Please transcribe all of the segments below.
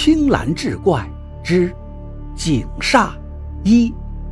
青蓝志怪之井煞一。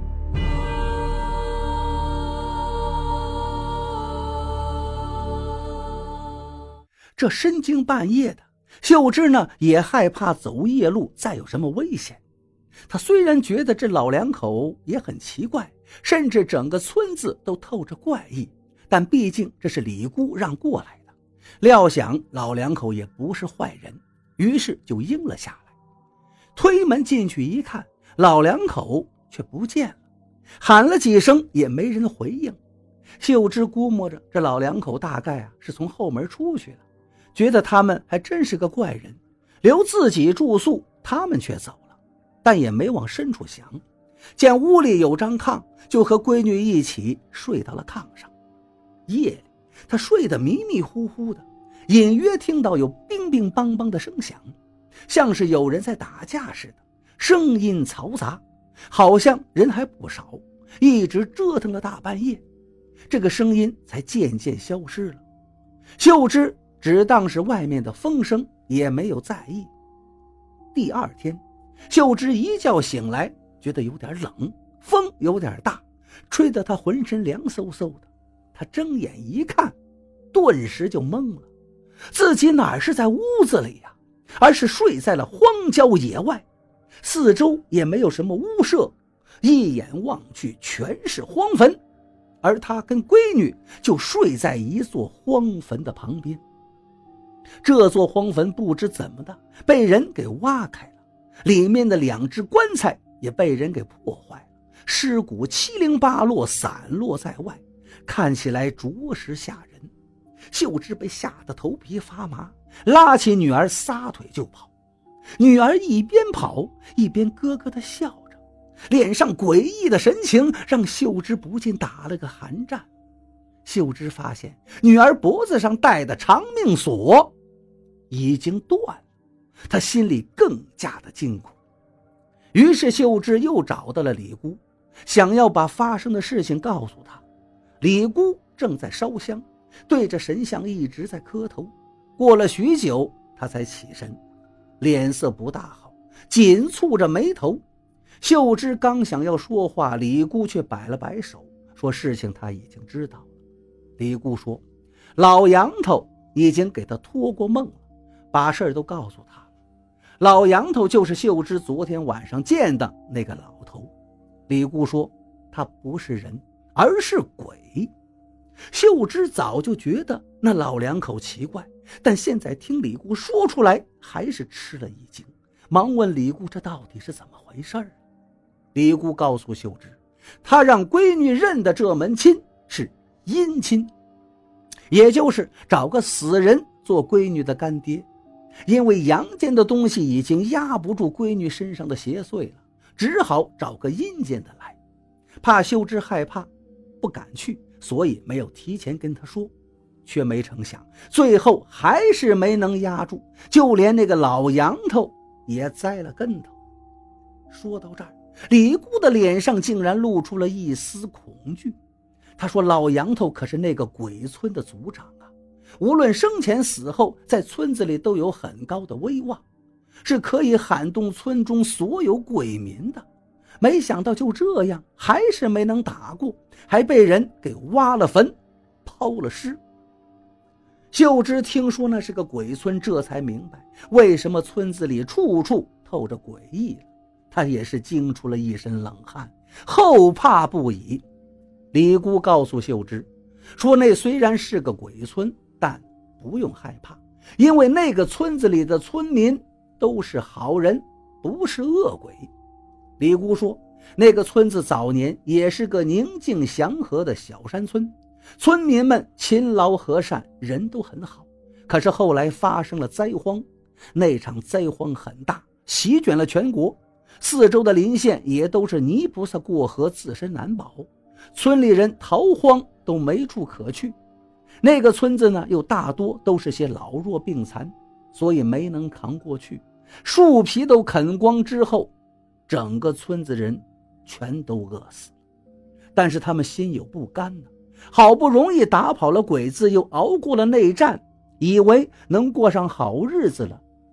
这深更半夜的，秀芝呢也害怕走夜路再有什么危险。她虽然觉得这老两口也很奇怪，甚至整个村子都透着怪异，但毕竟这是李姑让过来的，料想老两口也不是坏人，于是就应了下来。推门进去一看，老两口却不见了，喊了几声也没人回应。秀芝估摸着这老两口大概是从后门出去了，觉得他们还真是个怪人，留自己住宿，他们却走了，但也没往深处想。见屋里有张炕，就和闺女一起睡到了炕上。夜里他睡得迷迷糊糊的，隐约听到有乒乒乓乓的声响，像是有人在打架似的，声音嘈杂，好像人还不少，一直折腾了大半夜，这个声音才渐渐消失了。秀芝只当是外面的风声，也没有在意。第二天，秀芝一觉醒来，觉得有点冷，风有点大，吹得她浑身凉飕飕的。她睁眼一看，顿时就懵了，自己哪是在屋子里呀，而是睡在了荒郊野外，四周也没有什么屋舍，一眼望去全是荒坟，而她跟闺女就睡在一座荒坟的旁边。这座荒坟不知怎么的被人给挖开了，里面的2只棺材也被人给破坏了，尸骨七零八落散落在外，看起来着实吓人。秀芝被吓得头皮发麻，拉起女儿撒腿就跑。女儿一边跑一边咯咯地笑着，脸上诡异的神情让秀芝不禁打了个寒战。秀芝发现女儿脖子上戴的长命锁已经断了，她心里更加的惊恐。于是秀芝又找到了李姑，想要把发生的事情告诉她。李姑正在烧香，对着神像一直在磕头。过了许久，她才起身，脸色不大好，紧蹙着眉头。秀芝刚想要说话，李姑却摆了摆手，说事情她已经知道了。李姑说，老杨头已经给她托过梦了，把事儿都告诉她了。老杨头就是秀芝昨天晚上见的那个老头。李姑说，他不是人，而是鬼。秀芝早就觉得那老两口奇怪，但现在听李姑说出来，还是吃了一惊，忙问李姑这到底是怎么回事。李姑告诉秀芝，她让闺女认的这门亲是阴亲，也就是找个死人做闺女的干爹。因为阳间的东西已经压不住闺女身上的邪祟了，只好找个阴间的来。怕秀芝害怕不敢去，所以没有提前跟她说，却没成想最后还是没能压住，就连那个老杨头也栽了跟头。说到这儿，李姑的脸上竟然露出了一丝恐惧。她说，老杨头可是那个鬼村的族长啊，无论生前死后，在村子里都有很高的威望，是可以喊动村中所有鬼民的。没想到就这样还是没能打过，还被人给挖了坟抛了尸。秀芝听说那是个鬼村，这才明白为什么村子里处处透着诡异了。她也是惊出了一身冷汗，后怕不已。李姑告诉秀芝说，那虽然是个鬼村，但不用害怕，因为那个村子里的村民都是好人，不是恶鬼。李姑说，那个村子早年也是个宁静祥和的小山村，村民们勤劳和善，人都很好。可是后来发生了灾荒，那场灾荒很大，席卷了全国，四周的邻县也都是泥菩萨过河，自身难保，村里人逃荒都没处可去。那个村子呢，又大多都是些老弱病残，所以没能扛过去，树皮都啃光之后，整个村子人全都饿死。但是他们心有不甘呢，好不容易打跑了鬼子，又熬过了内战，以为能过上好日子了，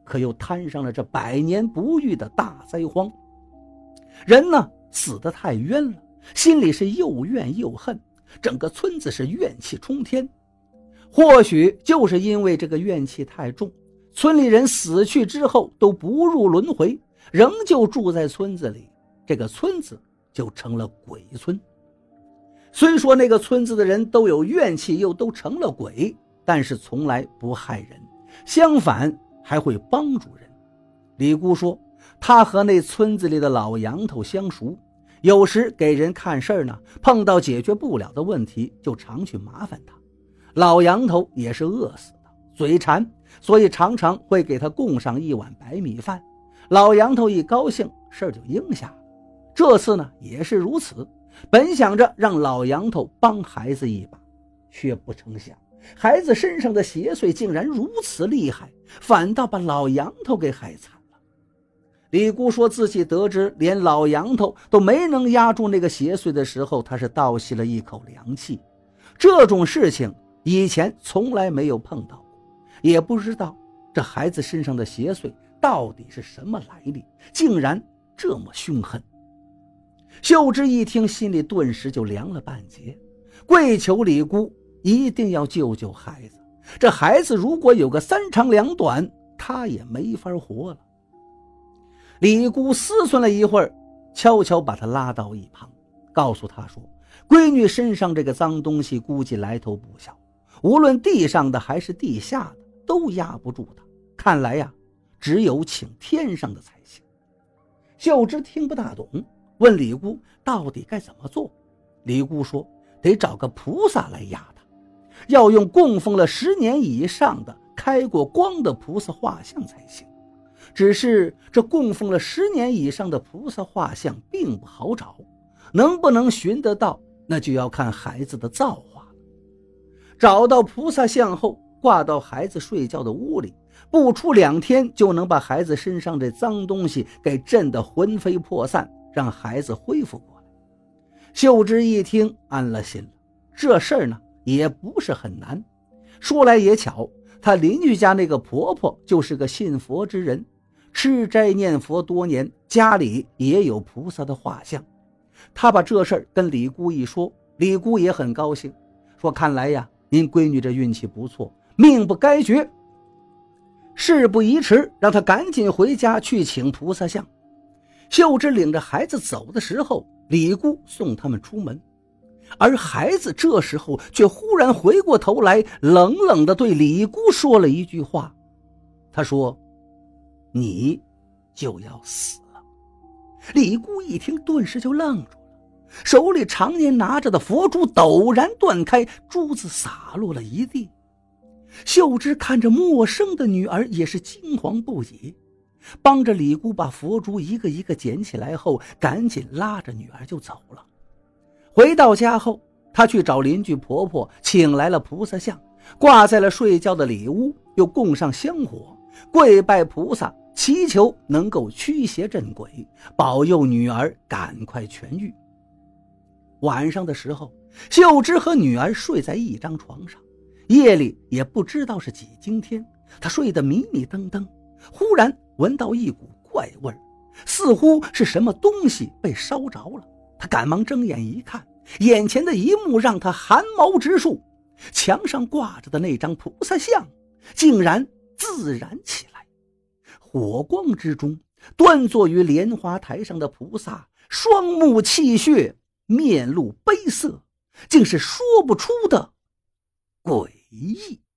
可又摊上了这百年不遇的大灾荒。人呢，死得太冤了，心里是又怨又恨，整个村子是怨气冲天。或许就是因为这个怨气太重，村里人死去之后都不入轮回，仍旧住在村子里，这个村子就成了鬼村。虽说那个村子的人都有怨气，又都成了鬼，但是从来不害人，相反还会帮助人。李姑说，她和那村子里的老杨头相熟，有时给人看事儿呢，碰到解决不了的问题，就常去麻烦他。老杨头也是饿死的，嘴馋，所以常常会给他供上一碗白米饭。老杨头一高兴，事儿就应下了。这次呢也是如此，本想着让老杨头帮孩子一把，却不成想孩子身上的邪祟竟然如此厉害，反倒把老杨头给害惨了。李姑说自己得知连老杨头都没能压住那个邪祟的时候，她是倒吸了一口凉气。这种事情以前从来没有碰到过，也不知道这孩子身上的邪祟到底是什么来历，竟然这么凶狠。秀芝一听，心里顿时就凉了半截，跪求李姑一定要救救孩子，这孩子如果有个三长两短，他也没法活了。李姑思忖了一会儿，悄悄把他拉到一旁，告诉他说，闺女身上这个脏东西估计来头不小，无论地上的还是地下的都压不住她，看来呀，只有请天上的才行。秀芝听不大懂，问李姑到底该怎么做。李姑说，得找个菩萨来压她，要用供奉了10年以上的开过光的菩萨画像才行。只是这供奉了10年以上的菩萨画像并不好找，能不能寻得到，那就要看孩子的造化了。找到菩萨像后，挂到孩子睡觉的屋里，不出2天就能把孩子身上这脏东西给震得魂飞魄散，让孩子恢复过来。秀芝一听安了心了，这事儿呢也不是很难。说来也巧，她邻居家那个婆婆就是个信佛之人，吃斋念佛多年，家里也有菩萨的画像。她把这事儿跟李姑一说，李姑也很高兴，说看来呀，您闺女这运气不错，命不该绝。事不宜迟，让她赶紧回家去请菩萨像。秀芝领着孩子走的时候，李姑送他们出门，而孩子这时候却忽然回过头来，冷冷地对李姑说了一句话。他说，你就要死了。李姑一听顿时就愣住了，手里常年拿着的佛珠陡然断开，珠子洒落了一地。秀芝看着陌生的女儿也是惊惶不已，帮着李姑把佛珠一个一个捡起来后，赶紧拉着女儿就走了。回到家后，她去找邻居婆婆请来了菩萨像，挂在了睡觉的里屋，又供上香火，跪拜菩萨，祈求能够驱邪镇鬼，保佑女儿赶快痊愈。晚上的时候，秀芝和女儿睡在一张床上，夜里也不知道是几更天，她睡得迷迷瞪瞪，忽然闻到一股怪味，似乎是什么东西被烧着了。她赶忙睁眼一看，眼前的一幕让她汗毛直竖，墙上挂着的那张菩萨像竟然自燃起来。火光之中，端坐于莲花台上的菩萨双目泣血，面露悲色，竟是说不出的诡异。